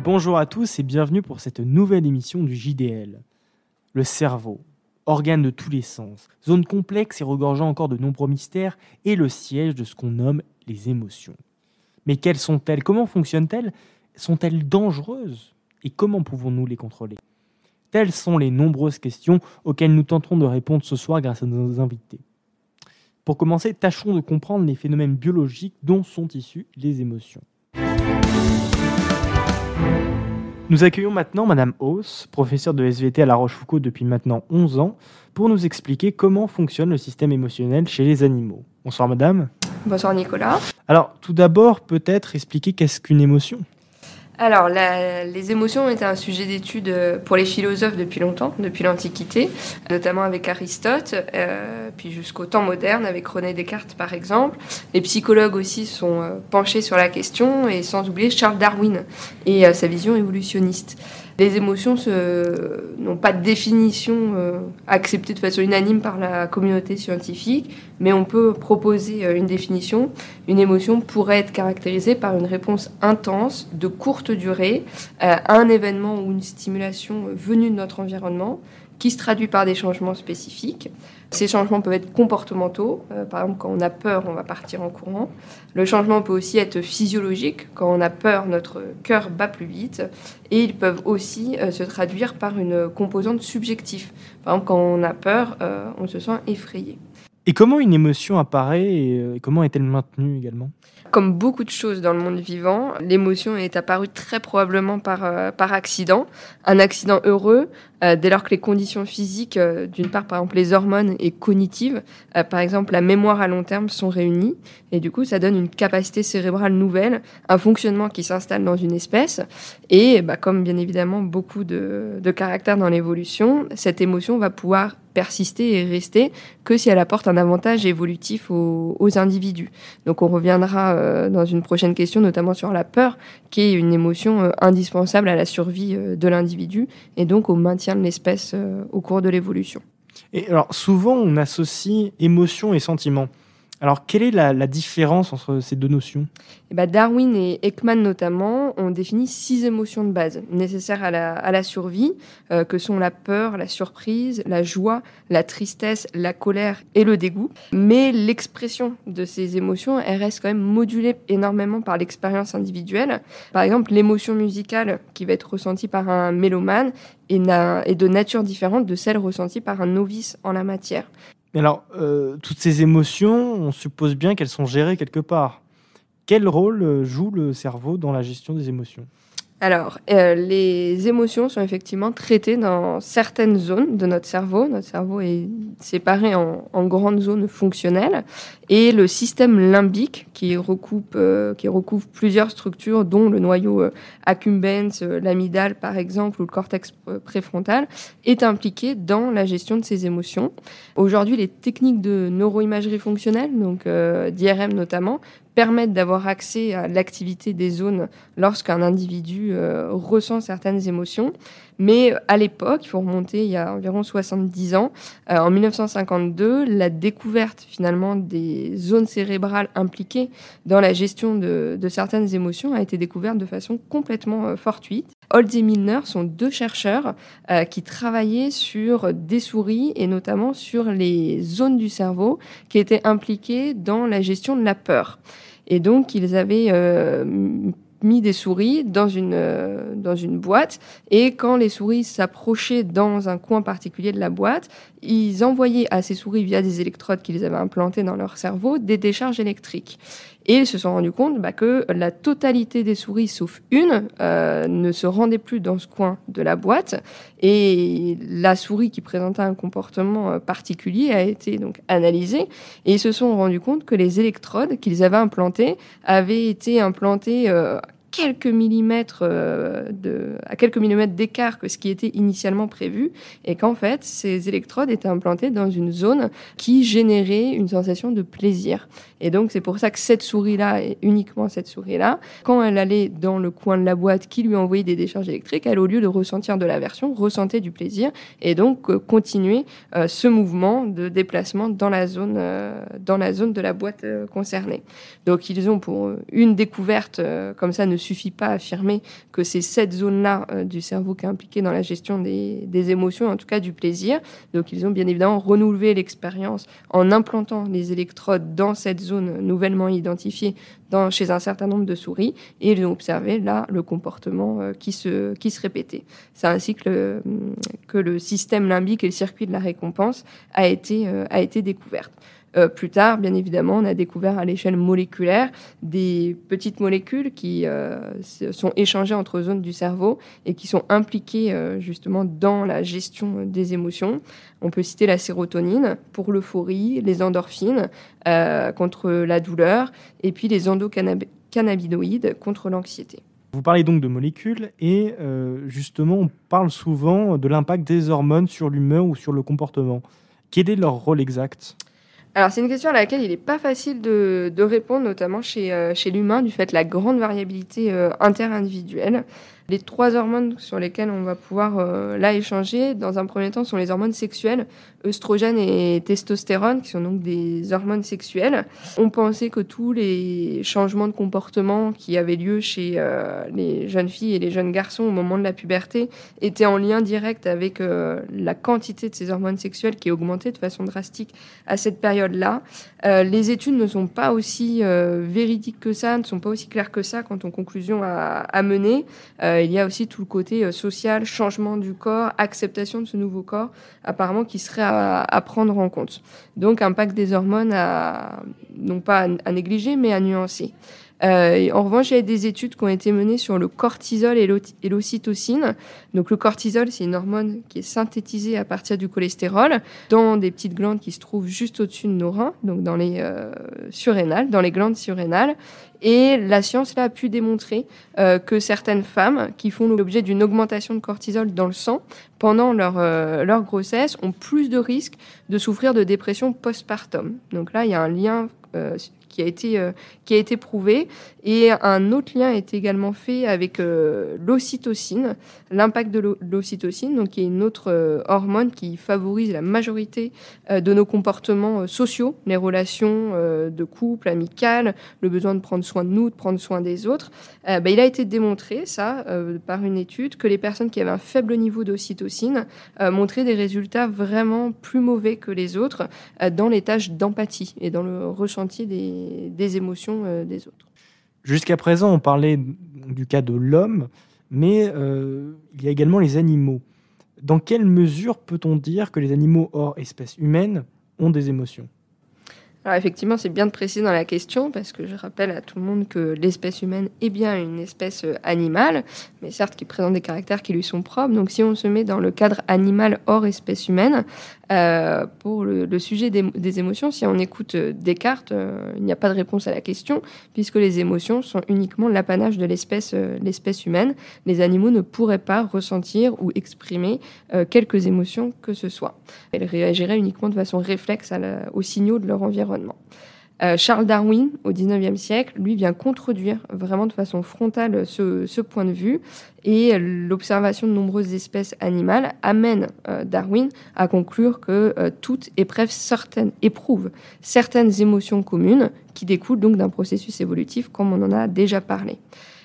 Bonjour à tous et bienvenue pour cette nouvelle émission du JDL. Le cerveau, organe de tous les sens, zone complexe et regorgeant encore de nombreux mystères, est le siège de ce qu'on nomme les émotions. Mais quelles sont-elles? Comment fonctionnent-elles? Sont-elles dangereuses? Et comment pouvons-nous les contrôler? Telles sont les nombreuses questions auxquelles nous tenterons de répondre ce soir grâce à nos invités. Pour commencer, tâchons de comprendre les phénomènes biologiques dont sont issues les émotions. Nous accueillons maintenant Madame Hauss, professeure de SVT à La Rochefoucauld depuis maintenant 11 ans, pour nous expliquer comment fonctionne le système émotionnel chez les animaux. Bonsoir Madame. Bonsoir Nicolas. Alors, tout d'abord, peut-être expliquer qu'est-ce qu'une émotion ? Alors, les émotions étaient un sujet d'étude pour les philosophes depuis longtemps, depuis l'Antiquité, notamment avec Aristote, puis jusqu'au temps moderne avec René Descartes par exemple. Les psychologues aussi sont penchés sur la question, et sans oublier Charles Darwin et sa vision évolutionniste. Les émotions n'ont pas de définition acceptée de façon unanime par la communauté scientifique, mais on peut proposer une définition. Une émotion pourrait être caractérisée par une réponse intense, de courte durée, à un événement ou une stimulation venue de notre environnement, qui se traduit par des changements spécifiques. Ces changements peuvent être comportementaux. Par exemple, quand on a peur, on va partir en courant. Le changement peut aussi être physiologique. Quand on a peur, notre cœur bat plus vite. Et ils peuvent aussi se traduire par une composante subjective. Par exemple, quand on a peur, on se sent effrayé. Et comment une émotion apparaît et comment est-elle maintenue également ? Comme beaucoup de choses dans le monde vivant, l'émotion est apparue très probablement par accident. Un accident heureux, dès lors que les conditions physiques, d'une part par exemple les hormones et cognitives, par exemple la mémoire à long terme sont réunies. Et du coup, ça donne une capacité cérébrale nouvelle, un fonctionnement qui s'installe dans une espèce. Et comme bien évidemment beaucoup de caractères dans l'évolution, cette émotion va pouvoir persister et rester que si elle apporte un avantage évolutif aux individus. Donc on reviendra dans une prochaine question, notamment sur la peur, qui est une émotion indispensable à la survie de l'individu et donc au maintien de l'espèce au cours de l'évolution. Et alors, souvent, on associe émotion et sentiment. Alors, quelle est la différence entre ces deux notions ? Darwin et Ekman notamment ont défini 6 émotions de base nécessaires à la survie, que sont la peur, la surprise, la joie, la tristesse, la colère et le dégoût. Mais l'expression de ces émotions, elle reste quand même modulée énormément par l'expérience individuelle. Par exemple, l'émotion musicale qui va être ressentie par un mélomane est de nature différente de celle ressentie par un novice en la matière. Alors, toutes ces émotions, on suppose bien qu'elles sont gérées quelque part. Quel rôle joue le cerveau dans la gestion des émotions ? Alors, les émotions sont effectivement traitées dans certaines zones de notre cerveau. Notre cerveau est séparé en grandes zones fonctionnelles. Et le système limbique, qui recouvre plusieurs structures, dont le noyau accumbens, l'amygdale par exemple, ou le cortex préfrontal, est impliqué dans la gestion de ces émotions. Aujourd'hui, les techniques de neuroimagerie fonctionnelle, donc d'IRM notamment, permettent d'avoir accès à l'activité des zones lorsqu'un individu ressent certaines émotions. Mais à l'époque, il faut remonter il y a environ 70 ans, en 1952, la découverte finalement des zones cérébrales impliquées dans la gestion de certaines émotions a été découverte de façon complètement fortuite. Holtz et Milner sont 2 chercheurs qui travaillaient sur des souris et notamment sur les zones du cerveau qui étaient impliquées dans la gestion de la peur. Et donc, ils avaient mis des souris dans une boîte, et quand les souris s'approchaient dans un coin particulier de la boîte, ils envoyaient à ces souris, via des électrodes qu'ils avaient implantées dans leur cerveau, des décharges électriques. Et ils se sont rendus compte que la totalité des souris, sauf une, ne se rendait plus dans ce coin de la boîte. Et la souris qui présentait un comportement particulier a été donc analysée. Et ils se sont rendus compte que les électrodes qu'ils avaient implantées avaient été implantées à quelques millimètres d'écart que ce qui était initialement prévu, et qu'en fait, ces électrodes étaient implantées dans une zone qui générait une sensation de plaisir. Et donc, c'est pour ça que cette souris-là, et uniquement cette souris-là, quand elle allait dans le coin de la boîte qui lui envoyait des décharges électriques, elle, au lieu de ressentir de l'aversion, ressentait du plaisir, et donc continuait ce mouvement de déplacement dans la zone de la boîte concernée. Donc, ils ont, pour une découverte comme ça, ne suffit pas à affirmer que c'est cette zone-là du cerveau qui est impliquée dans la gestion des émotions, en tout cas du plaisir. Donc ils ont bien évidemment renouvelé l'expérience en implantant les électrodes dans cette zone nouvellement identifiée chez un certain nombre de souris, et ils ont observé là le comportement qui se répétait. C'est ainsi que le système limbique et le circuit de la récompense a été découvert. Plus tard, bien évidemment, on a découvert à l'échelle moléculaire des petites molécules qui sont échangées entre zones du cerveau et qui sont impliquées justement dans la gestion des émotions. On peut citer la sérotonine pour l'euphorie, les endorphines contre la douleur, et puis les endocannabinoïdes contre l'anxiété. Vous parlez donc de molécules et justement, on parle souvent de l'impact des hormones sur l'humeur ou sur le comportement. Quel est leur rôle exact ? Alors, c'est une question à laquelle il n'est pas facile de répondre, notamment chez l'humain, du fait de la grande variabilité interindividuelle. Les 3 hormones sur lesquelles on va pouvoir là échanger, dans un premier temps, sont les hormones sexuelles, œstrogène et testostérone, qui sont donc des hormones sexuelles. On pensait que tous les changements de comportement qui avaient lieu chez les jeunes filles et les jeunes garçons au moment de la puberté étaient en lien direct avec la quantité de ces hormones sexuelles qui augmentait de façon drastique à cette période-là. Les études ne sont pas aussi véridiques que ça, ne sont pas aussi claires que ça quant aux conclusions à mener. Il y a aussi tout le côté social, changement du corps, acceptation de ce nouveau corps, apparemment qui serait à prendre en compte. Donc, impact des hormones non pas à négliger, mais à nuancer. En revanche, il y a des études qui ont été menées sur le cortisol et l'ocytocine. Donc, le cortisol, c'est une hormone qui est synthétisée à partir du cholestérol dans des petites glandes qui se trouvent juste au-dessus de nos reins, donc dans les surrénales, dans les glandes surrénales. Et la science là, a pu démontrer que certaines femmes qui font l'objet d'une augmentation de cortisol dans le sang pendant leur grossesse ont plus de risques de souffrir de dépression postpartum. Donc là, il y a un lien qui a été prouvé. Et un autre lien est également fait avec l'ocytocine, l'impact de l'ocytocine, donc qui est une autre hormone qui favorise la majorité de nos comportements sociaux, les relations de couple, amicales, le besoin de prendre soin de nous, de prendre soin des autres. Il a été démontré, par une étude, que les personnes qui avaient un faible niveau d'ocytocine montraient des résultats vraiment plus mauvais que les autres dans les tâches d'empathie et dans le ressenti des émotions des autres. Jusqu'à présent, on parlait du cas de l'homme, mais il y a également les animaux. Dans quelle mesure peut-on dire que les animaux hors espèce humaine ont des émotions ? Alors effectivement, c'est bien de préciser dans la question, parce que je rappelle à tout le monde que l'espèce humaine est bien une espèce animale, mais certes qui présente des caractères qui lui sont propres. Donc si on se met dans le cadre animal hors espèce humaine, pour le sujet des émotions, si on écoute Descartes, il n'y a pas de réponse à la question, puisque les émotions sont uniquement l'apanage de l'espèce humaine. Les animaux ne pourraient pas ressentir ou exprimer quelques émotions que ce soit. Elles réagiraient uniquement de façon réflexe aux signaux de leur environnement. Charles Darwin, au XIXe siècle, lui vient contredire vraiment de façon frontale ce point de vue, et l'observation de nombreuses espèces animales amène Darwin à conclure que toutes éprouvent certaines émotions communes qui découlent donc d'un processus évolutif, comme on en a déjà parlé.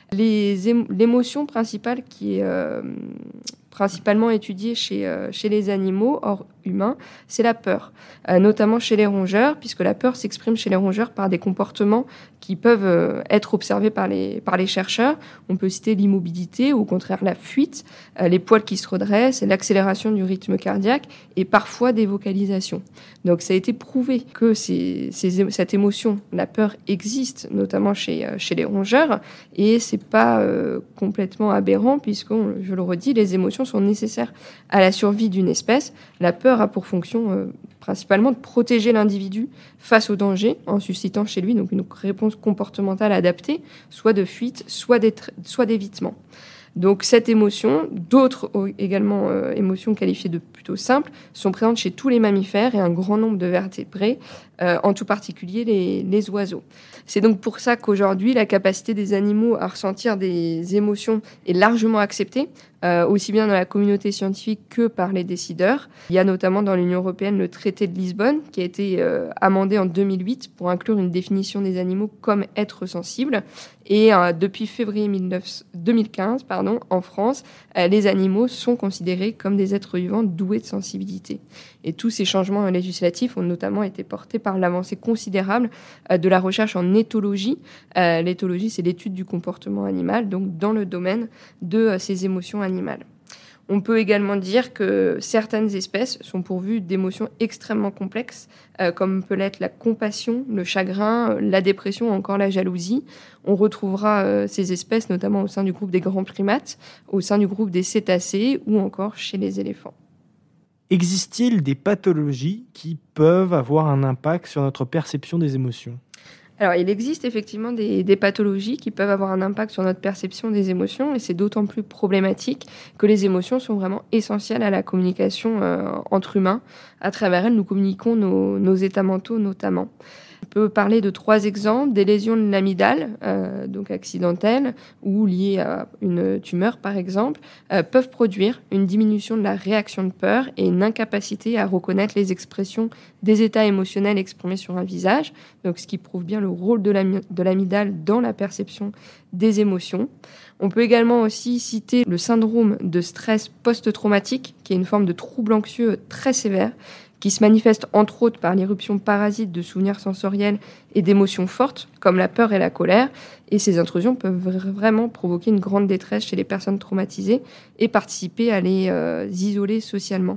L'émotion principale qui est principalement étudiée chez les animaux hors humains, c'est la peur, notamment chez les rongeurs, puisque la peur s'exprime chez les rongeurs par des comportements qui peuvent être observés par les chercheurs. On peut citer l'immobilité ou au contraire la fuite, les poils qui se redressent, l'accélération du rythme cardiaque et parfois des vocalisations. Donc ça a été prouvé que cette émotion, la peur, existe, notamment chez les rongeurs, et c'est pas complètement aberrant, puisque, je le redis, les émotions sont nécessaires à la survie d'une espèce. La peur a pour fonction principalement de protéger l'individu face au danger, en suscitant chez lui donc une réponse comportementale adaptée, soit de fuite, soit d'évitement. Donc cette émotion, d'autres également émotions qualifiées de plutôt simples, sont présentes chez tous les mammifères et un grand nombre de vertébrés, en tout particulier les oiseaux. C'est donc pour ça qu'aujourd'hui, la capacité des animaux à ressentir des émotions est largement acceptée, aussi bien dans la communauté scientifique que par les décideurs. Il y a notamment dans l'Union européenne le traité de Lisbonne qui a été amendé en 2008 pour inclure une définition des animaux comme êtres sensibles. Et depuis février 2015, en France, les animaux sont considérés comme des êtres vivants doués de sensibilité. Et tous ces changements législatifs ont notamment été portés par l'avancée considérable de la recherche en éthologie. L'éthologie, c'est l'étude du comportement animal, donc dans le domaine de ces émotions animales. On peut également dire que certaines espèces sont pourvues d'émotions extrêmement complexes, comme peut l'être la compassion, le chagrin, la dépression ou encore la jalousie. On retrouvera ces espèces notamment au sein du groupe des grands primates, au sein du groupe des cétacés ou encore chez les éléphants. Existe-t-il des pathologies qui peuvent avoir un impact sur notre perception des émotions ? Alors, il existe effectivement des pathologies qui peuvent avoir un impact sur notre perception des émotions et c'est d'autant plus problématique que les émotions sont vraiment essentielles à la communication entre humains. À travers elles, nous communiquons nos états mentaux notamment. On peut parler de 3 exemples, des lésions de l'amygdale, donc accidentelles ou liées à une tumeur par exemple, peuvent produire une diminution de la réaction de peur et une incapacité à reconnaître les expressions des états émotionnels exprimés sur un visage, donc ce qui prouve bien le rôle de l'amygdale dans la perception des émotions. On peut également aussi citer le syndrome de stress post-traumatique, qui est une forme de trouble anxieux très sévère, qui se manifeste entre autres par l'éruption parasite de souvenirs sensoriels et d'émotions fortes, comme la peur et la colère. Et ces intrusions peuvent vraiment provoquer une grande détresse chez les personnes traumatisées et participer à les isoler socialement.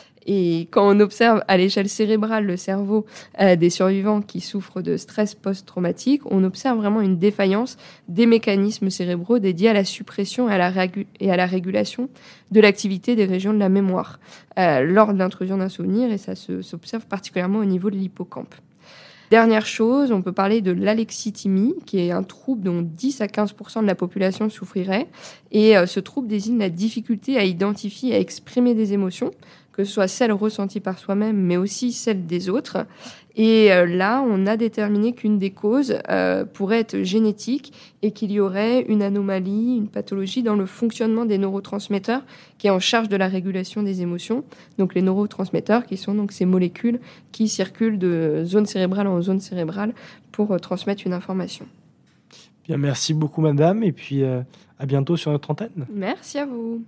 Et quand on observe à l'échelle cérébrale le cerveau des survivants qui souffrent de stress post-traumatique, on observe vraiment une défaillance des mécanismes cérébraux dédiés à la suppression et à la régulation de l'activité des régions de la mémoire lors de l'intrusion d'un souvenir, et ça s'observe particulièrement au niveau de l'hippocampe. Dernière chose, on peut parler de l'alexithymie, qui est un trouble dont 10 à 15% de la population souffrirait. Et ce trouble désigne la difficulté à identifier et à exprimer des émotions, que ce soit celles ressenties par soi-même, mais aussi celles des autres. Et là, on a déterminé qu'une des causes pourrait être génétique et qu'il y aurait une anomalie, une pathologie dans le fonctionnement des neurotransmetteurs qui est en charge de la régulation des émotions. Donc les neurotransmetteurs qui sont donc ces molécules qui circulent de zone cérébrale en zone cérébrale pour transmettre une information. Bien, merci beaucoup madame et puis à bientôt sur notre antenne. Merci à vous.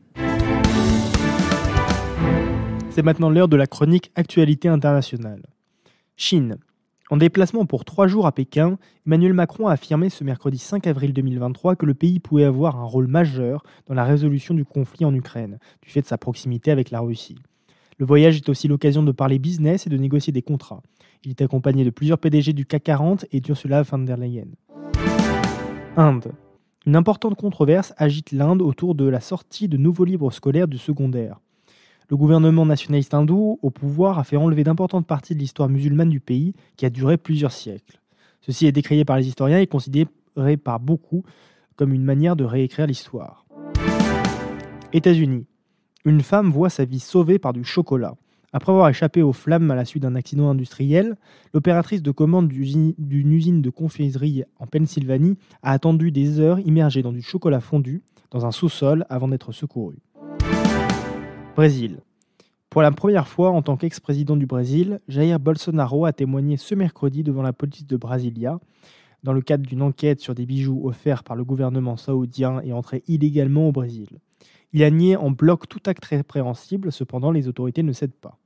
C'est maintenant l'heure de la chronique Actualité internationale. Chine. En déplacement pour 3 jours à Pékin, Emmanuel Macron a affirmé ce mercredi 5 avril 2023 que le pays pouvait avoir un rôle majeur dans la résolution du conflit en Ukraine, du fait de sa proximité avec la Russie. Le voyage est aussi l'occasion de parler business et de négocier des contrats. Il est accompagné de plusieurs PDG du CAC 40 et d'Ursula von der Leyen. Inde. Une importante controverse agite l'Inde autour de la sortie de nouveaux livres scolaires du secondaire. Le gouvernement nationaliste hindou au pouvoir a fait enlever d'importantes parties de l'histoire musulmane du pays qui a duré plusieurs siècles. Ceci est décrié par les historiens et considéré par beaucoup comme une manière de réécrire l'histoire. États-Unis. Une femme voit sa vie sauvée par du chocolat. Après avoir échappé aux flammes à la suite d'un accident industriel, l'opératrice de commande d'une usine de confiserie en Pennsylvanie a attendu des heures immergée dans du chocolat fondu dans un sous-sol avant d'être secourue. Brésil. Pour la première fois en tant qu'ex-président du Brésil, Jair Bolsonaro a témoigné ce mercredi devant la police de Brasilia dans le cadre d'une enquête sur des bijoux offerts par le gouvernement saoudien et entrés illégalement au Brésil. Il a nié en bloc tout acte répréhensible, cependant les autorités ne cèdent pas.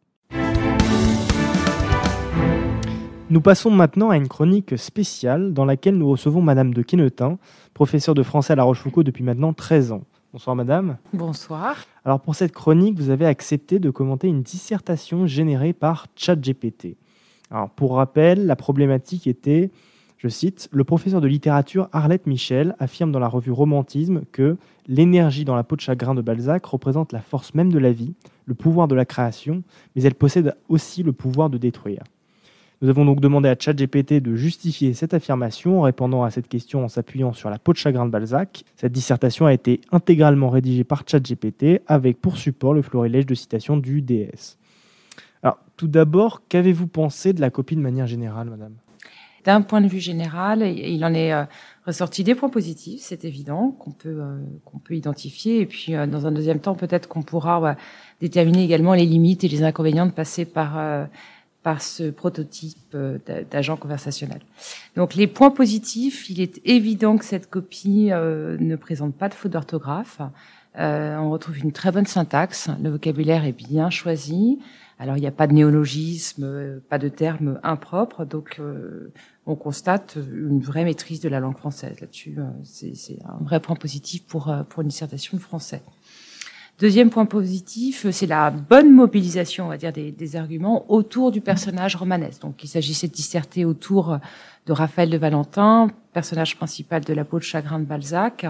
Nous passons maintenant à une chronique spéciale dans laquelle nous recevons Madame de Quénetin, professeure de français à La Rochefoucauld depuis maintenant 13 ans. Bonsoir madame. Bonsoir. Alors pour cette chronique, vous avez accepté de commenter une dissertation générée par ChatGPT. Alors pour rappel, la problématique était, je cite, « Le professeur de littérature Arlette Michel affirme dans la revue Romantisme que l'énergie dans la peau de chagrin de Balzac représente la force même de la vie, le pouvoir de la création, mais elle possède aussi le pouvoir de détruire. » Nous avons donc demandé à ChatGPT de justifier cette affirmation en répondant à cette question en s'appuyant sur la peau de chagrin de Balzac. Cette dissertation a été intégralement rédigée par ChatGPT avec pour support le florilège de citations du DS. Alors, tout d'abord, qu'avez-vous pensé de la copie de manière générale, madame ? d'un point de vue général, il en est ressorti des points positifs, c'est évident, qu'on peut identifier. Et puis, dans un deuxième temps, peut-être qu'on pourra déterminer également les limites et les inconvénients de passer par ce prototype d'agent conversationnel. Donc, les points positifs, il est évident que cette copie ne présente pas de faute d'orthographe. On retrouve une très bonne syntaxe. Le vocabulaire est bien choisi. Alors, il n'y a pas de néologisme, pas de termes impropres. Donc, on constate une vraie maîtrise de la langue française. Là-dessus, c'est un vrai point positif pour une dissertation de français. Deuxième point positif, c'est la bonne mobilisation, on va dire, des arguments autour du personnage romanesque. Donc, il s'agissait de disserter autour de Raphaël de Valentin, personnage principal de La peau de chagrin de Balzac.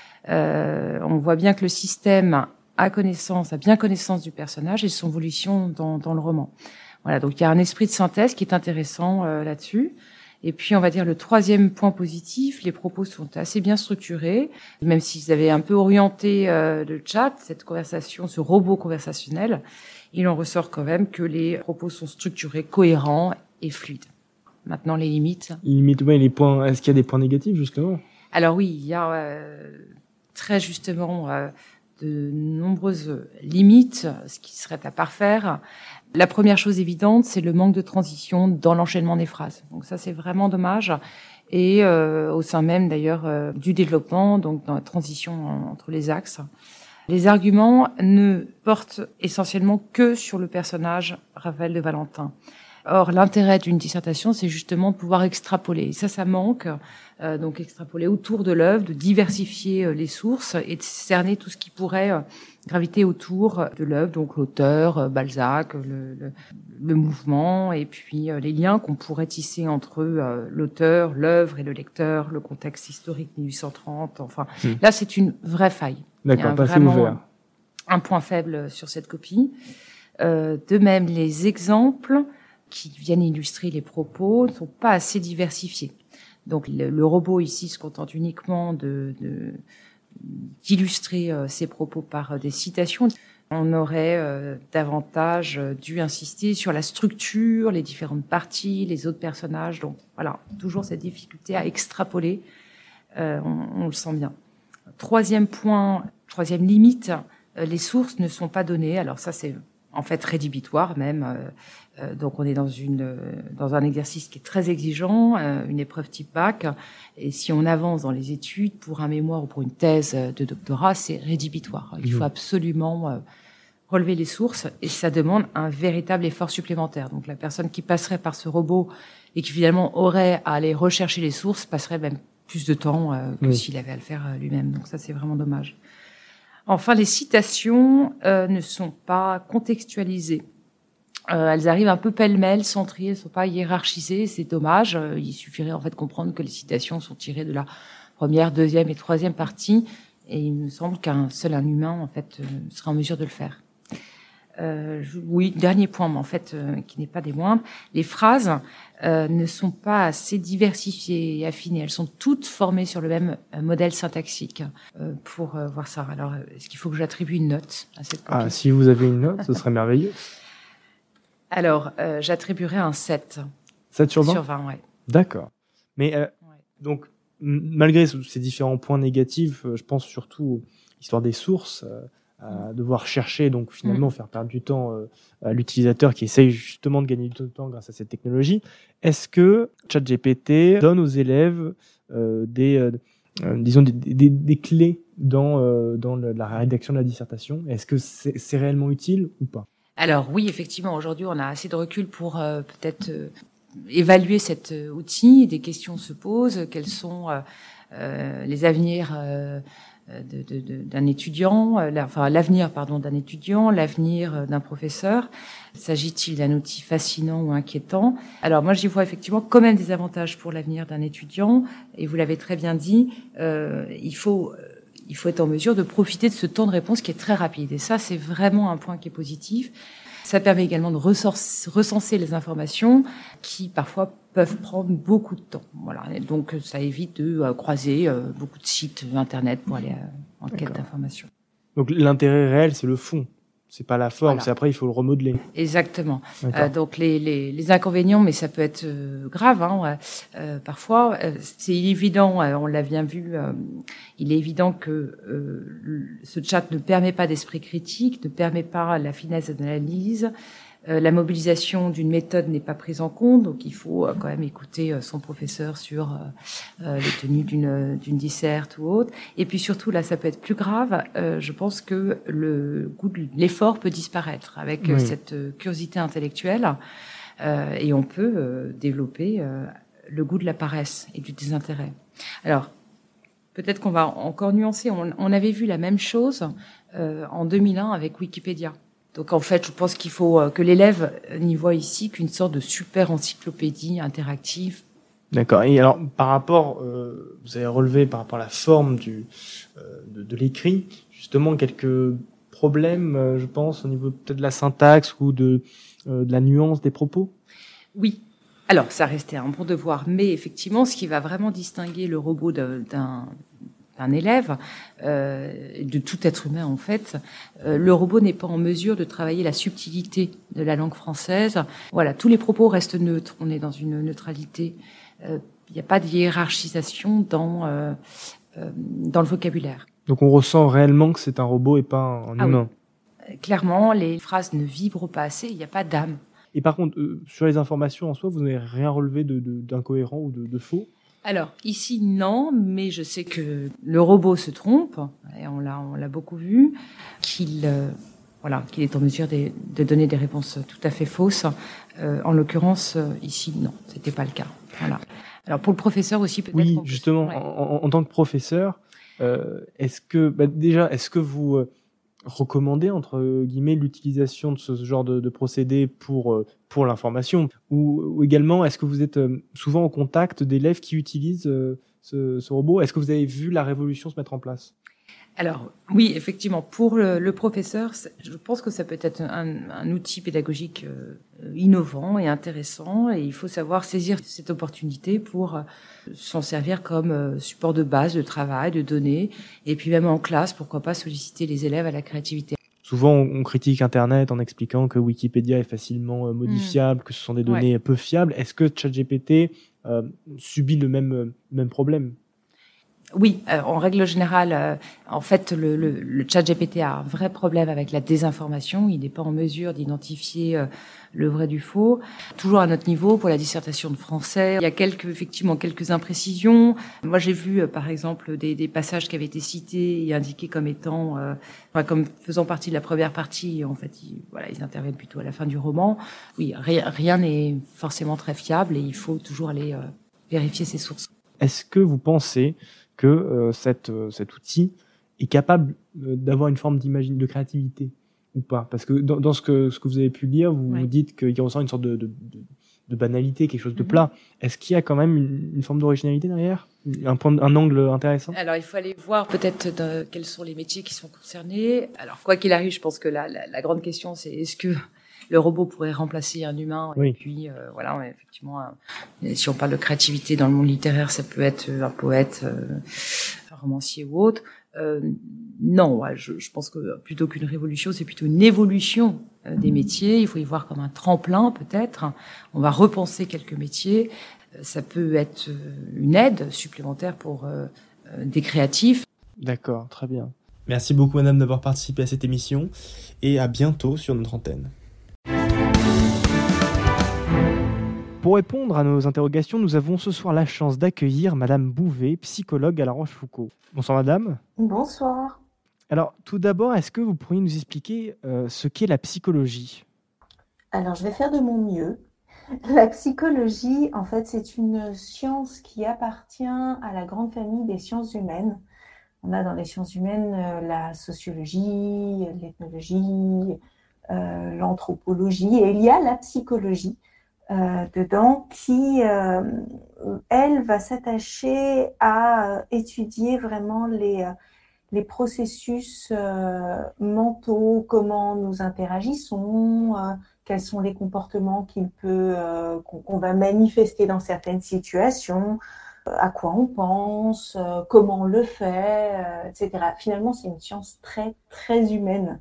On voit bien que le système a bien connaissance du personnage et de son évolution dans le roman. Voilà, donc il y a un esprit de synthèse qui est intéressant là-dessus. Et puis, on va dire le troisième point positif, les propos sont assez bien structurés, même s'ils avaient un peu orienté le chat, cette conversation, ce robot conversationnel, il en ressort quand même que les propos sont structurés, cohérents et fluides. Maintenant, les limites. Les points. Est-ce qu'il y a des points négatifs justement ? Alors oui, il y a très justement de nombreuses limites, ce qui serait à parfaire. La première chose évidente, c'est le manque de transition dans l'enchaînement des phrases. Donc ça, c'est vraiment dommage. Et au sein même, d'ailleurs, du développement, donc dans la transition entre les axes. Les arguments ne portent essentiellement que sur le personnage Raphaël de Valentin. Or, l'intérêt d'une dissertation, c'est justement de pouvoir extrapoler. Et ça manque. Donc, extrapoler autour de l'œuvre, de diversifier les sources et de cerner tout ce qui pourrait graviter autour de l'œuvre. Donc, l'auteur, Balzac, le mouvement, et puis les liens qu'on pourrait tisser entre l'auteur, l'œuvre et le lecteur, le contexte historique 1830. Enfin, là, c'est une vraie faille. D'accord, pas assez ouvert. Un point faible sur cette copie. De même, les exemples qui viennent illustrer les propos ne sont pas assez diversifiés. Donc le robot ici se contente uniquement d'illustrer ses propos par des citations. On aurait davantage dû insister sur la structure, les différentes parties, les autres personnages. Donc voilà, toujours cette difficulté à extrapoler, on le sent bien. Troisième point, troisième limite, les sources ne sont pas données. Alors ça, c'est en fait rédhibitoire même. Donc on est dans un exercice qui est très exigeant, une épreuve type bac. Et si on avance dans les études pour un mémoire ou pour une thèse de doctorat, c'est rédhibitoire. Il faut absolument relever les sources et ça demande un véritable effort supplémentaire. Donc la personne qui passerait par ce robot et qui finalement aurait à aller rechercher les sources passerait même plus de temps que s'il avait à le faire lui-même. Donc ça, c'est vraiment dommage. Enfin, les citations ne sont pas contextualisées. Elles arrivent un peu pêle-mêle, centrées, elles ne sont pas hiérarchisées, c'est dommage. Il suffirait en fait de comprendre que les citations sont tirées de la première, deuxième et troisième partie, et il me semble un humain en fait serait en mesure de le faire. Oui, dernier point, mais en fait qui n'est pas des moindres, les phrases ne sont pas assez diversifiées et affinées. Elles sont toutes formées sur le même modèle syntaxique. Pour voir ça, alors est-ce qu'il faut que j'attribue une note à cette copie ? Ah, si vous avez une note, ce serait merveilleux. Alors, j'attribuerais un 7. 7 sur 20 ? Sur 20, ouais. D'accord. Mais donc, malgré ces différents points négatifs, je pense surtout à l'histoire des sources, à devoir chercher, donc finalement faire perdre du temps à l'utilisateur qui essaye justement de gagner du temps grâce à cette technologie. Est-ce que ChatGPT donne aux élèves des clés dans la rédaction de la dissertation ? Est-ce que c'est réellement utile ou pas ? Alors oui, effectivement, aujourd'hui, on a assez de recul pour peut-être évaluer cet outil. Des questions se posent. Quels sont les avenirs d'un étudiant, l'avenir d'un étudiant, l'avenir d'un professeur. S'agit-il d'un outil fascinant ou inquiétant ? Alors moi, j'y vois effectivement quand même des avantages pour l'avenir d'un étudiant. Et vous l'avez très bien dit, il faut être en mesure de profiter de ce temps de réponse qui est très rapide. Et ça, c'est vraiment un point qui est positif. Ça permet également de recenser les informations qui, parfois, peuvent prendre beaucoup de temps. Voilà. Et donc, ça évite de croiser beaucoup de sites Internet pour aller en quête d'informations. Donc, l'intérêt réel, c'est le fond. C'est pas la forme, Voilà. c'est après il faut le remodeler. Exactement. D'accord. Donc les inconvénients, mais ça peut être grave. Parfois, c'est évident. On l'a bien vu. Il est évident que ce chat ne permet pas d'esprit critique, ne permet pas la finesse d'analyse. La mobilisation d'une méthode n'est pas prise en compte, donc il faut quand même écouter son professeur sur les tenues d'une disserte ou autre. Et puis surtout, là, ça peut être plus grave. Je pense que le goût de l'effort peut disparaître avec Oui. cette curiosité intellectuelle, et on peut développer le goût de la paresse et du désintérêt. Alors, peut-être qu'on va encore nuancer. On avait vu la même chose en 2001 avec Wikipédia. Donc en fait, je pense qu'il faut que l'élève n'y voit ici qu'une sorte de super encyclopédie interactive. D'accord. Et alors, par rapport, vous avez relevé par rapport à la forme de l'écrit, justement quelques problèmes, je pense, au niveau peut-être de la syntaxe ou de la nuance des propos. Oui. Alors, ça restait un bon devoir, mais effectivement, ce qui va vraiment distinguer le robot d'un élève, de tout être humain en fait, le robot n'est pas en mesure de travailler la subtilité de la langue française. Voilà, tous les propos restent neutres. On est dans une neutralité. Il n'y a pas de hiérarchisation dans le vocabulaire. Donc on ressent réellement que c'est un robot et pas un humain. Oui. Clairement, les phrases ne vibrent pas assez. Il n'y a pas d'âme. Et par contre, sur les informations en soi, vous n'avez rien relevé d'incohérent ou de faux? Alors, ici, non, mais je sais que le robot se trompe, et on l'a beaucoup vu, qu'il est en mesure de donner des réponses tout à fait fausses. En l'occurrence, ici, non, c'était pas le cas. Voilà. Alors, pour le professeur aussi, peut-être... Oui, justement, ouais. En tant que professeur, est-ce que vous recommandez, entre guillemets, l'utilisation de ce genre de procédé pour l'information, ou également, est-ce que vous êtes souvent en contact d'élèves qui utilisent ce robot? Est-ce que vous avez vu la révolution se mettre en place? Alors, oui, effectivement, pour le professeur, je pense que ça peut être un outil pédagogique innovant et intéressant, et il faut savoir saisir cette opportunité pour s'en servir comme support de base, de travail, de données, et puis même en classe, pourquoi pas solliciter les élèves à la créativité. Souvent, on critique Internet en expliquant que Wikipédia est facilement modifiable, que ce sont des données peu fiables. Est-ce que ChatGPT subit le même problème? Oui, en règle générale, en fait, le ChatGPT a un vrai problème avec la désinformation. Il n'est pas en mesure d'identifier le vrai du faux. Toujours à notre niveau, pour la dissertation de français, il y a effectivement quelques imprécisions. Moi, j'ai vu, par exemple, des passages qui avaient été cités et indiqués comme étant, comme faisant partie de la première partie. En fait, ils interviennent plutôt à la fin du roman. Oui, rien n'est forcément très fiable et il faut toujours aller vérifier ses sources. Est-ce que vous pensez que cet outil est capable d'avoir une forme de créativité ou pas? Parce que dans ce que vous avez pu lire, vous dites qu'il ressent une sorte de banalité, quelque chose de plat. Est-ce qu'il y a quand même une forme d'originalité derrière, un angle intéressant? Alors, il faut aller voir peut-être quels sont les métiers qui sont concernés. Alors, quoi qu'il arrive, je pense que la grande question, c'est est-ce que le robot pourrait remplacer un humain? Oui. Et puis, effectivement, si on parle de créativité dans le monde littéraire, ça peut être un poète, un romancier ou autre. Non, je pense que plutôt qu'une révolution, c'est plutôt une évolution des métiers. Il faut y voir comme un tremplin, peut-être. On va repenser quelques métiers. Ça peut être une aide supplémentaire pour des créatifs. D'accord, très bien. Merci beaucoup, madame, d'avoir participé à cette émission et à bientôt sur notre antenne. Pour répondre à nos interrogations, nous avons ce soir la chance d'accueillir Madame Bouvet, psychologue à La Rochefoucauld. Bonsoir Madame. Bonsoir. Alors tout d'abord, est-ce que vous pourriez nous expliquer ce qu'est la psychologie? Alors je vais faire de mon mieux. La psychologie, en fait, c'est une science qui appartient à la grande famille des sciences humaines. On a dans les sciences humaines la sociologie, l'ethnologie, l'anthropologie, et il y a la psychologie dedans qui, elle, va s'attacher à étudier vraiment les processus mentaux, comment nous interagissons, quels sont les comportements qu'on va manifester dans certaines situations, à quoi on pense, comment on le fait, etc. Finalement, c'est une science très, très humaine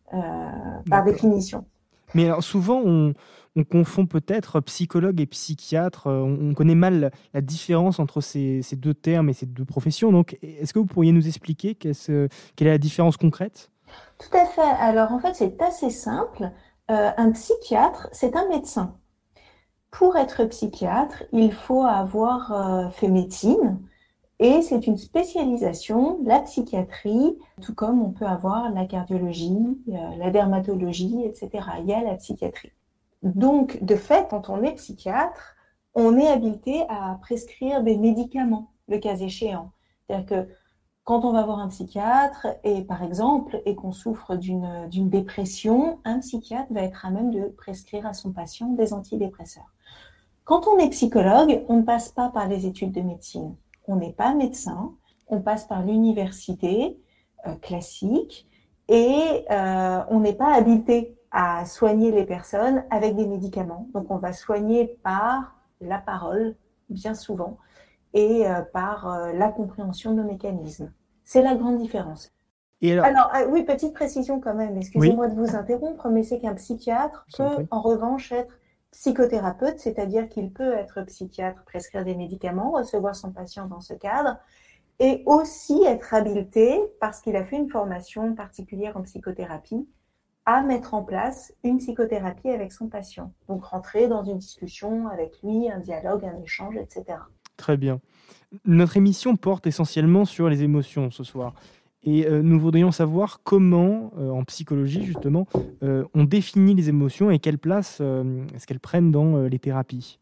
par D'accord. définition. Mais alors, souvent, on confond peut-être psychologue et psychiatre. On connaît mal la différence entre ces deux termes et ces deux professions. Donc, est-ce que vous pourriez nous expliquer quelle est la différence concrète? Tout à fait. Alors en fait, c'est assez simple. Un psychiatre, c'est un médecin. Pour être psychiatre, il faut avoir fait médecine et c'est une spécialisation, la psychiatrie, tout comme on peut avoir la cardiologie, la dermatologie, etc. Il y a la psychiatrie. Donc, de fait, quand on est psychiatre, on est habilité à prescrire des médicaments, le cas échéant. C'est-à-dire que quand on va voir un psychiatre, et par exemple, et qu'on souffre d'une dépression, un psychiatre va être à même de prescrire à son patient des antidépresseurs. Quand on est psychologue, on ne passe pas par les études de médecine. On n'est pas médecin, on passe par l'université classique et on n'est pas habilité à soigner les personnes avec des médicaments. Donc on va soigner par la parole, bien souvent, et par la compréhension de nos mécanismes. C'est la grande différence. Et alors, Alors, oui, petite précision quand même, oui, excusez-moi de vous interrompre, mais c'est qu'un psychiatre je vous en peut prie. en revanche être psychothérapeute, c'est-à-dire qu'il peut être psychiatre, prescrire des médicaments, recevoir son patient dans ce cadre, et aussi être habilité, parce qu'il a fait une formation particulière en psychothérapie, à mettre en place une psychothérapie avec son patient. Donc rentrer dans une discussion avec lui, un dialogue, un échange, etc. Très bien. Notre émission porte essentiellement sur les émotions ce soir. Et nous voudrions savoir comment, en psychologie justement, on définit les émotions et quelle place est-ce qu'elles prennent dans les thérapies.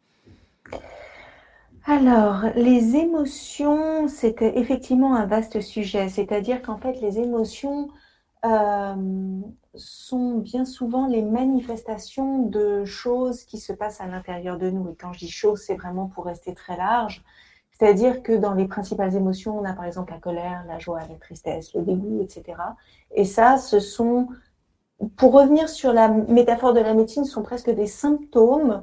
Alors, les émotions, c'est effectivement un vaste sujet. C'est-à-dire qu'en fait, les émotions sont bien souvent les manifestations de choses qui se passent à l'intérieur de nous. Et quand je dis choses, c'est vraiment pour rester très large. C'est-à-dire que dans les principales émotions, on a par exemple la colère, la joie, la tristesse, le dégoût, etc. Et ça, ce sont, pour revenir sur la métaphore de la médecine, ce sont presque des symptômes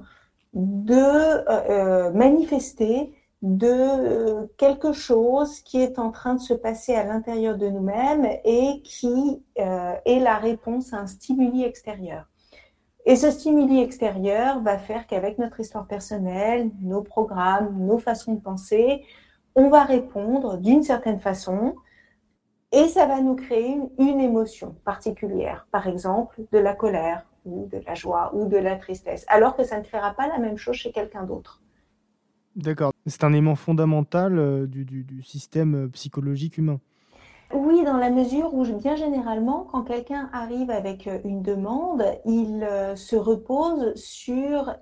de manifester de quelque chose qui est en train de se passer à l'intérieur de nous-mêmes et qui est la réponse à un stimuli extérieur. Et ce stimuli extérieur va faire qu'avec notre histoire personnelle, nos programmes, nos façons de penser, on va répondre d'une certaine façon et ça va nous créer une émotion particulière, par exemple de la colère ou de la joie ou de la tristesse, alors que ça ne créera pas la même chose chez quelqu'un d'autre. D'accord. C'est un élément fondamental du système psychologique humain. Oui, dans la mesure où, bien généralement, quand quelqu'un arrive avec une demande, il se repose sur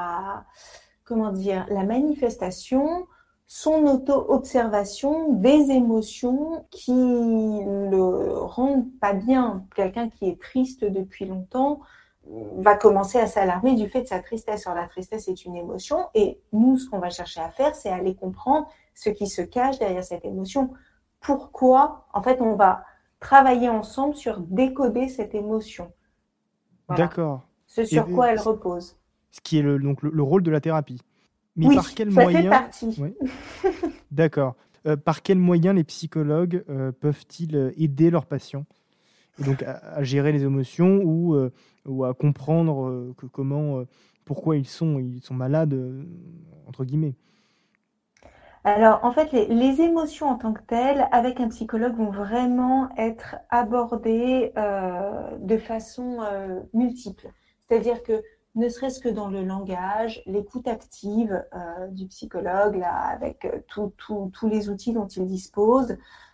la manifestation, son auto-observation des émotions qui le rendent pas bien. Quelqu'un qui est triste depuis longtemps va commencer à s'alarmer du fait de sa tristesse. Alors, la tristesse est une émotion et nous, ce qu'on va chercher à faire, c'est aller comprendre ce qui se cache derrière cette émotion. Pourquoi, en fait, on va travailler ensemble sur décoder cette émotion. Voilà. D'accord. Ce Et sur quoi elle repose. ce qui est donc le rôle de la thérapie. Mais Oui, par quels ça moyens... fait partie. Oui. D'accord. Par quels moyens les psychologues peuvent-ils aider leurs patients et donc à gérer les émotions ou à comprendre pourquoi ils sont malades, entre guillemets? Alors, en fait, les émotions en tant que telles, avec un psychologue, vont vraiment être abordées de façon multiple. C'est-à-dire que, ne serait-ce que dans le langage, l'écoute active du psychologue, là, avec tous les outils dont il dispose,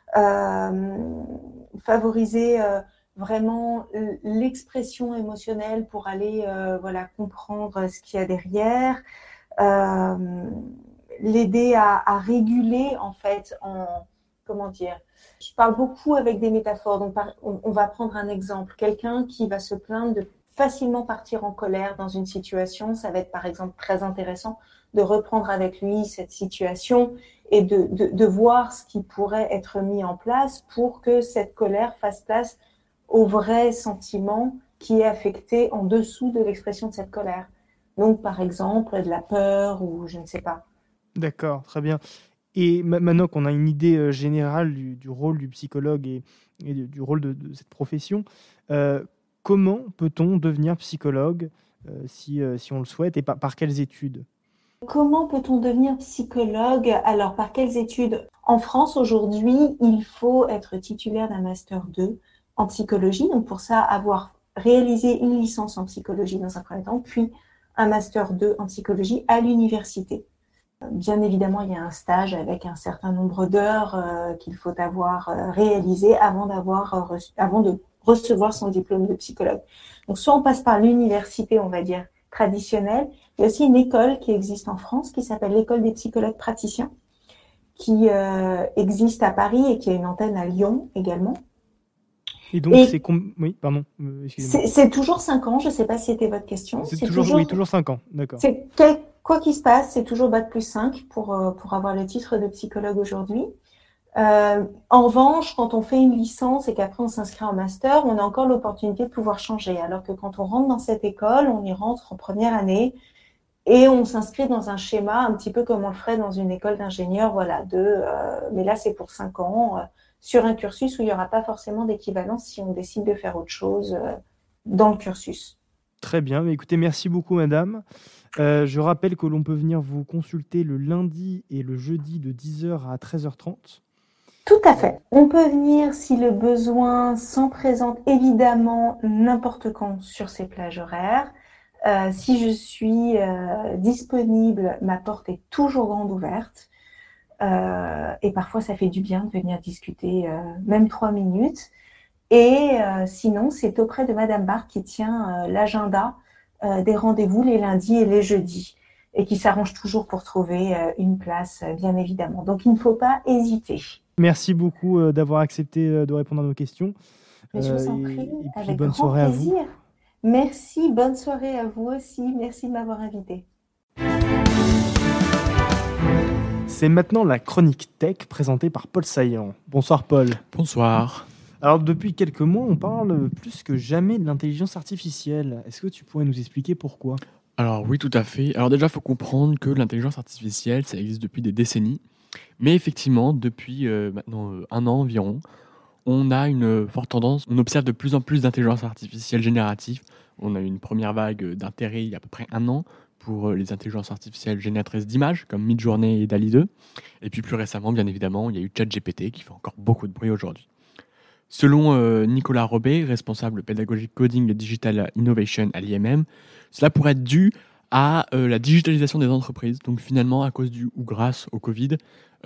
favoriser vraiment l'expression émotionnelle pour aller comprendre ce qu'il y a derrière. L'aider à réguler en fait je parle beaucoup avec des métaphores. Donc on va prendre un exemple, quelqu'un qui va se plaindre de facilement partir en colère dans une situation, ça va être par exemple très intéressant de reprendre avec lui cette situation et de voir ce qui pourrait être mis en place pour que cette colère fasse place au vrai sentiment qui est affecté en dessous de l'expression de cette colère. Donc par exemple de la peur ou je ne sais pas. D'accord, très bien. Et maintenant qu'on a une idée générale du rôle du psychologue et du rôle de cette profession, comment peut-on devenir psychologue si on le souhaite et par quelles études ? Comment peut-on devenir psychologue? Alors, par quelles études? En France, aujourd'hui, il faut être titulaire d'un Master 2 en psychologie. Donc, pour ça, avoir réalisé une licence en psychologie dans un premier temps, puis un Master 2 en psychologie à l'université. Bien évidemment, il y a un stage avec un certain nombre d'heures qu'il faut avoir réalisé avant de recevoir son diplôme de psychologue. Donc, soit on passe par l'université, on va dire, traditionnelle. Il y a aussi une école qui existe en France qui s'appelle l'École des psychologues praticiens, qui existe à Paris et qui a une antenne à Lyon également. Et donc, oui, pardon. Excusez-moi. C'est toujours 5 ans, je ne sais pas si c'était votre question. C'est toujours 5 ans, d'accord. Quoi qu'il se passe, c'est toujours Bac plus 5 pour avoir le titre de psychologue aujourd'hui. En revanche, quand on fait une licence et qu'après on s'inscrit en master, on a encore l'opportunité de pouvoir changer. Alors que quand on rentre dans cette école, on y rentre en première année et on s'inscrit dans un schéma un petit peu comme on le ferait dans une école d'ingénieur, voilà, mais là c'est pour 5 ans, sur un cursus où il n'y aura pas forcément d'équivalence si on décide de faire autre chose dans le cursus. Très bien, mais écoutez, merci beaucoup madame. Je rappelle que l'on peut venir vous consulter le lundi et le jeudi de 10h à 13h30. Tout à fait. On peut venir si le besoin s'en présente évidemment n'importe quand sur ces plages horaires. Si je suis disponible, ma porte est toujours grande ouverte. Et parfois, ça fait du bien de venir discuter même 3 minutes. Et sinon, c'est auprès de Madame Barre qui tient l'agenda des rendez-vous les lundis et les jeudis et qui s'arrange toujours pour trouver une place, bien évidemment. Donc, il ne faut pas hésiter. Merci beaucoup d'avoir accepté de répondre à nos questions. Mais je vous en prie, et puis avec bonne grand soirée plaisir. à vous. Merci, bonne soirée à vous aussi. Merci de m'avoir invité. C'est maintenant la chronique tech présentée par Paul Saillant. Bonsoir Paul. Bonsoir. Alors depuis quelques mois, on parle plus que jamais de l'intelligence artificielle. Est-ce que tu pourrais nous expliquer pourquoi ? Alors oui, tout à fait. Alors déjà, il faut comprendre que l'intelligence artificielle, ça existe depuis des décennies. Mais effectivement, depuis maintenant 1 an environ, on a une forte tendance. On observe de plus en plus d'intelligence artificielle générative. On a eu une première vague d'intérêt il y a à peu près 1 an pour les intelligences artificielles génératrices d'images, comme Midjourney et DALL-E 2. Et puis plus récemment, bien évidemment, il y a eu ChatGPT qui fait encore beaucoup de bruit aujourd'hui. Selon Nicolas Robet, responsable pédagogique coding et digital innovation à l'IMM, cela pourrait être dû à la digitalisation des entreprises. Donc finalement, à cause ou grâce au Covid,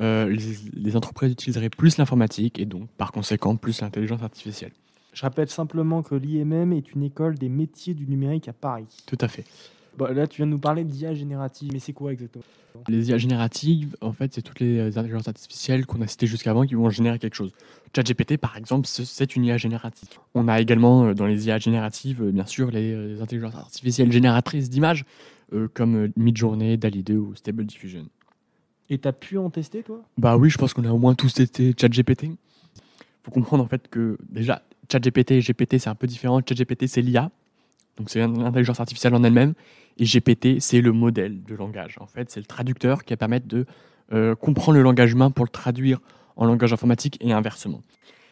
les entreprises utiliseraient plus l'informatique et donc par conséquent plus l'intelligence artificielle. Je rappelle simplement que l'IMM est une école des métiers du numérique à Paris. Tout à fait. Bon, là, tu viens de nous parler d'IA générative, mais c'est quoi exactement ? Les IA génératives, en fait, c'est toutes les intelligences artificielles qu'on a citées jusqu'avant qui vont générer quelque chose. ChatGPT, par exemple, c'est une IA générative. On a également dans les IA génératives, bien sûr, les intelligences artificielles génératrices d'images, comme Midjourney, DALL-E 2 ou Stable Diffusion. Et tu as pu en tester, toi ? Bah oui, je pense qu'on a au moins tous testé ChatGPT. Il faut comprendre en fait que déjà, ChatGPT et GPT, c'est un peu différent. ChatGPT, c'est l'IA, donc c'est l'intelligence artificielle en elle-même. Et GPT, c'est le modèle de langage. En fait, c'est le traducteur qui va permettre de comprendre le langage humain pour le traduire en langage informatique et inversement.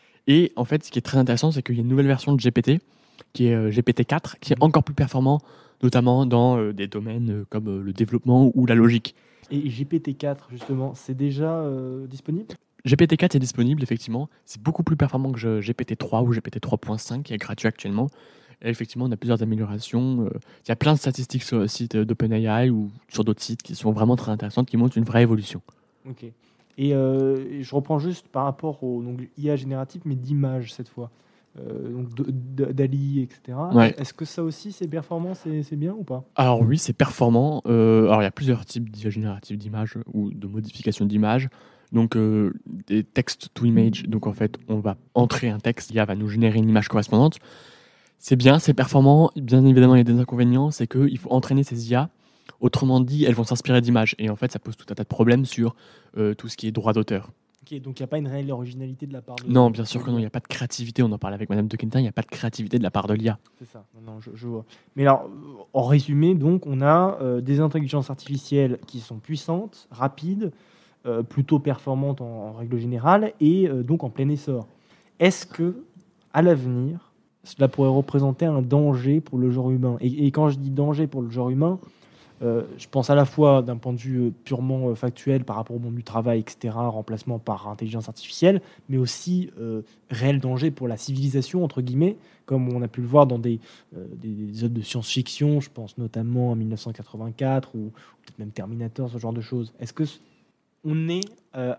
Et en fait, ce qui est très intéressant, c'est qu'il y a une nouvelle version de GPT, qui est GPT-4, qui est encore plus performant, notamment dans des domaines comme le développement ou la logique. Et GPT-4, justement, c'est déjà disponible ? GPT-4 est disponible, effectivement. C'est beaucoup plus performant que GPT-3 ou GPT-3.5, qui est gratuit actuellement. Et effectivement, on a plusieurs améliorations. Il y a plein de statistiques sur le site d'OpenAI ou sur d'autres sites qui sont vraiment très intéressantes, qui montrent une vraie évolution. Ok. Et je reprends juste par rapport au IA générative, mais d'images cette fois. Donc DALL-E, etc. Ouais. Est-ce que ça aussi, c'est performant, c'est bien ou pas ? Alors oui, c'est performant. Alors il y a plusieurs types d'IA générative d'images ou de modification d'images. Donc des text to image. Donc en fait, on va entrer un texte, l'IA va nous générer une image correspondante. C'est bien, c'est performant. Bien évidemment, il y a des inconvénients, c'est qu'il faut entraîner ces IA. Autrement dit, elles vont s'inspirer d'images. Et en fait, ça pose tout un tas de problèmes sur tout ce qui est droit d'auteur. Ok, donc il n'y a pas une réelle originalité de la part de... Non, bien sûr que non, il n'y a pas de créativité. On en parlait avec Madame de Quintin, il n'y a pas de créativité de la part de l'IA. C'est ça, non, je vois. Mais alors, en résumé, donc, on a des intelligences artificielles qui sont puissantes, rapides, plutôt performantes en règle générale, et donc en plein essor. Est-ce que, à l'avenir, cela pourrait représenter un danger pour le genre humain. Et quand je dis danger pour le genre humain, je pense à la fois d'un point de vue purement factuel par rapport au monde du travail, etc., remplacement par intelligence artificielle, mais aussi réel danger pour la civilisation, entre guillemets, comme on a pu le voir dans des œuvres de science-fiction, je pense notamment à 1984 ou peut-être même Terminator, ce genre de choses. Est-ce que on est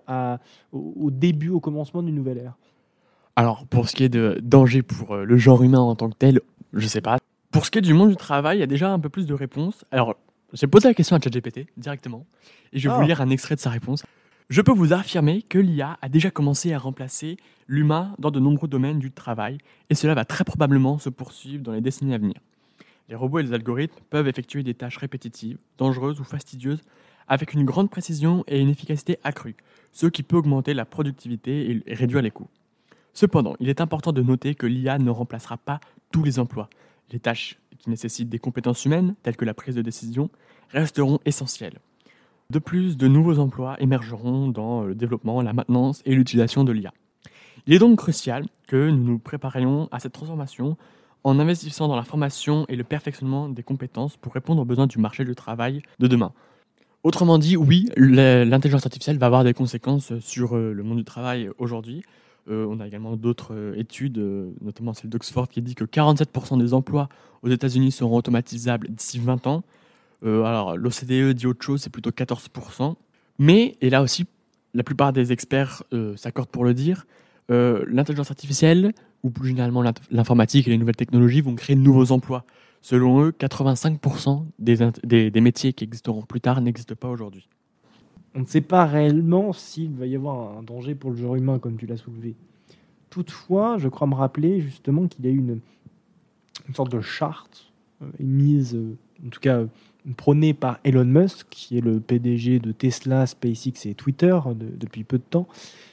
au début, au commencement d'une nouvelle ère? Alors, pour ce qui est de danger pour le genre humain en tant que tel, je sais pas. Pour ce qui est du monde du travail, il y a déjà un peu plus de réponses. Alors, j'ai posé la question à ChatGPT directement et je vais vous lire un extrait de sa réponse. Je peux vous affirmer que l'IA a déjà commencé à remplacer l'humain dans de nombreux domaines du travail et cela va très probablement se poursuivre dans les décennies à venir. Les robots et les algorithmes peuvent effectuer des tâches répétitives, dangereuses ou fastidieuses avec une grande précision et une efficacité accrue, ce qui peut augmenter la productivité et réduire les coûts. Cependant, il est important de noter que l'IA ne remplacera pas tous les emplois. Les tâches qui nécessitent des compétences humaines, telles que la prise de décision, resteront essentielles. De plus, de nouveaux emplois émergeront dans le développement, la maintenance et l'utilisation de l'IA. Il est donc crucial que nous nous préparions à cette transformation en investissant dans la formation et le perfectionnement des compétences pour répondre aux besoins du marché du travail de demain. Autrement dit, oui, l'intelligence artificielle va avoir des conséquences sur le monde du travail aujourd'hui. On a également d'autres études, notamment celle d'Oxford, qui dit que 47% des emplois aux États-Unis seront automatisables d'ici 20 ans. Alors, l'OCDE dit autre chose, c'est plutôt 14%. Mais, et là aussi, la plupart des experts s'accordent pour le dire, l'intelligence artificielle, ou plus généralement l'informatique et les nouvelles technologies, vont créer de nouveaux emplois. Selon eux, 85% des métiers qui existeront plus tard n'existent pas aujourd'hui. On ne sait pas réellement s'il va y avoir un danger pour le genre humain, comme tu l'as soulevé. Toutefois, je crois me rappeler justement qu'il y a eu une sorte de charte émise, en tout cas prônée par Elon Musk, qui est le PDG de Tesla, SpaceX et Twitter depuis peu de temps,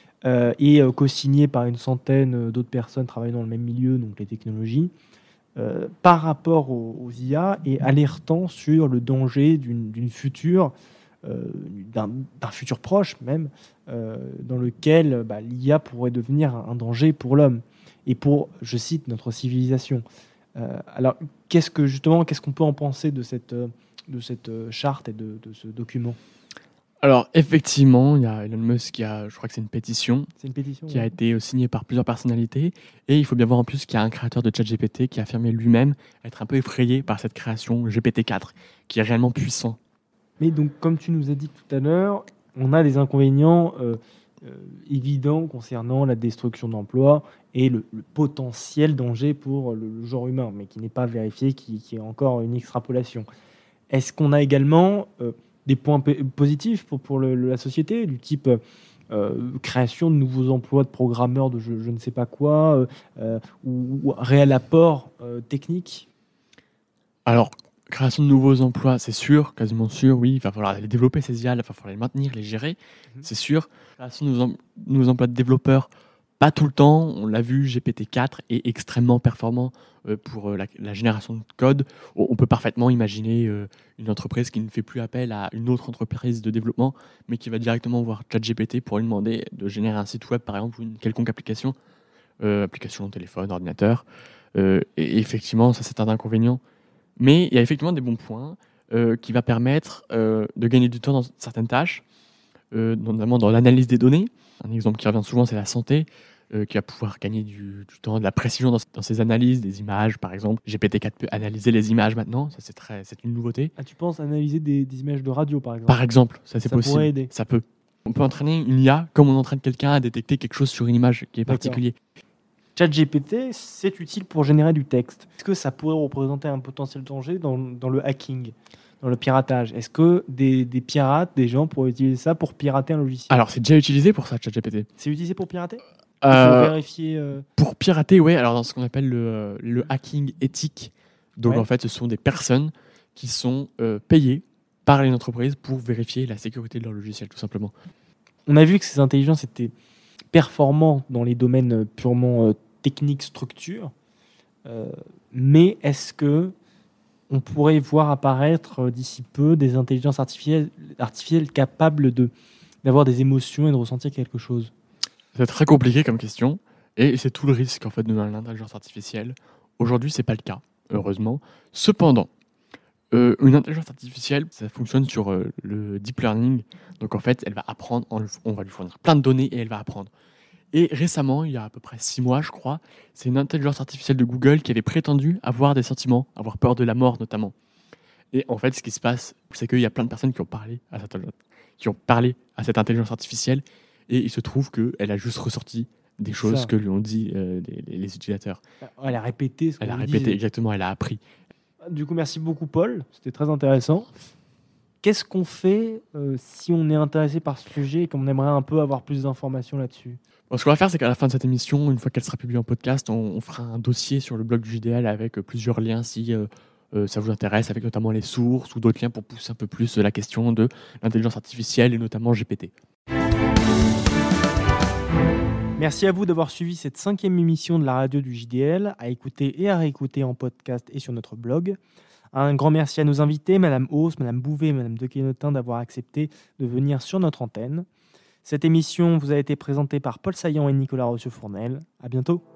et co-signée par une centaine d'autres personnes travaillant dans le même milieu, donc les technologies, par rapport aux IA et alertant sur le danger d'une future d'un futur proche même, dans lequel l'IA pourrait devenir un danger pour l'homme et pour, je cite, notre civilisation. Alors, qu'est-ce qu'on peut en penser de cette charte et de ce document? Alors, effectivement, il y a Elon Musk je crois que c'est une pétition qui ouais. a été signée par plusieurs personnalités. Et il faut bien voir en plus qu'il y a un créateur de ChatGPT qui a affirmé lui-même être un peu effrayé par cette création GPT-4, qui est réellement puissant. Mais donc, comme tu nous as dit tout à l'heure, on a des inconvénients évidents concernant la destruction d'emplois et le potentiel danger pour le genre humain, mais qui n'est pas vérifié, qui est encore une extrapolation. Est-ce qu'on a également des points positifs pour la société, du type création de nouveaux emplois de programmeurs de je ne sais pas quoi, ou réel apport technique? Alors, création de nouveaux emplois, c'est sûr, quasiment sûr, oui. Il va falloir les développer, ces IA, il va falloir les maintenir, les gérer, c'est sûr. Création de nouveaux emplois de développeurs, pas tout le temps. On l'a vu, GPT-4 est extrêmement performant pour la génération de code. On peut parfaitement imaginer une entreprise qui ne fait plus appel à une autre entreprise de développement, mais qui va directement voir ChatGPT pour lui demander de générer un site web, par exemple, ou une quelconque application, application téléphone, ordinateur. Et effectivement, ça c'est un inconvénient. Mais il y a effectivement des bons points qui va permettre de gagner du temps dans certaines tâches, notamment dans l'analyse des données. Un exemple qui revient souvent, c'est la santé, qui va pouvoir gagner du temps, de la précision dans ses analyses, des images par exemple. GPT-4 peut analyser les images maintenant, ça c'est une nouveauté. Ah, tu penses analyser des images de radio par exemple? Par exemple, ça c'est possible. Pourrait aider. Ça peut. On peut entraîner une IA comme on entraîne quelqu'un à détecter quelque chose sur une image qui est particulier. ChatGPT, c'est utile pour générer du texte. Est-ce que ça pourrait représenter un potentiel danger dans le hacking, dans le piratage? Est-ce que des pirates, des gens pourraient utiliser ça pour pirater un logiciel? Alors, c'est déjà utilisé pour ça, ChatGPT. C'est utilisé pour pirater? Pour vérifier Pour pirater, oui. Alors, dans ce qu'on appelle le hacking éthique. Donc, Ouais. en fait, ce sont des personnes qui sont payées par les entreprises pour vérifier la sécurité de leur logiciel, tout simplement. On a vu que ces intelligences étaient performantes dans les domaines purement techniques, structure. Mais est-ce que on pourrait voir apparaître d'ici peu des intelligences artificielles capables d'avoir des émotions et de ressentir quelque chose? C'est très compliqué comme question. Et c'est tout le risque en fait de l'intelligence artificielle. Aujourd'hui, c'est pas le cas, heureusement. Cependant, une intelligence artificielle, ça fonctionne sur le deep learning. Donc en fait, elle va apprendre, on va lui fournir plein de données et elle va apprendre. Et récemment, il y a à peu près 6 mois, je crois, c'est une intelligence artificielle de Google qui avait prétendu avoir des sentiments, avoir peur de la mort notamment. Et en fait, ce qui se passe, c'est qu'il y a plein de personnes qui ont parlé à cette intelligence artificielle et il se trouve qu'elle a juste ressorti des choses Ça. que lui ont dit les utilisateurs. Elle a répété ce qu'on Elle a lui répété, disait. exactement, elle a appris. Du coup, merci beaucoup, Paul. C'était très intéressant. Qu'est-ce qu'on fait si on est intéressé par ce sujet et qu'on aimerait un peu avoir plus d'informations là-dessus? Bon, ce qu'on va faire, c'est qu'à la fin de cette émission, une fois qu'elle sera publiée en podcast, on fera un dossier sur le blog du JDL avec plusieurs liens si ça vous intéresse, avec notamment les sources ou d'autres liens pour pousser un peu plus la question de l'intelligence artificielle et notamment GPT. Merci à vous d'avoir suivi cette 5e émission de la radio du JDL, à écouter et à réécouter en podcast et sur notre blog. Un grand merci à nos invités, Madame Hauss, Madame Bouvet et Madame Dequenotin, d'avoir accepté de venir sur notre antenne. Cette émission vous a été présentée par Paul Saillant et Nicolas Rosseux-Fournel. À bientôt.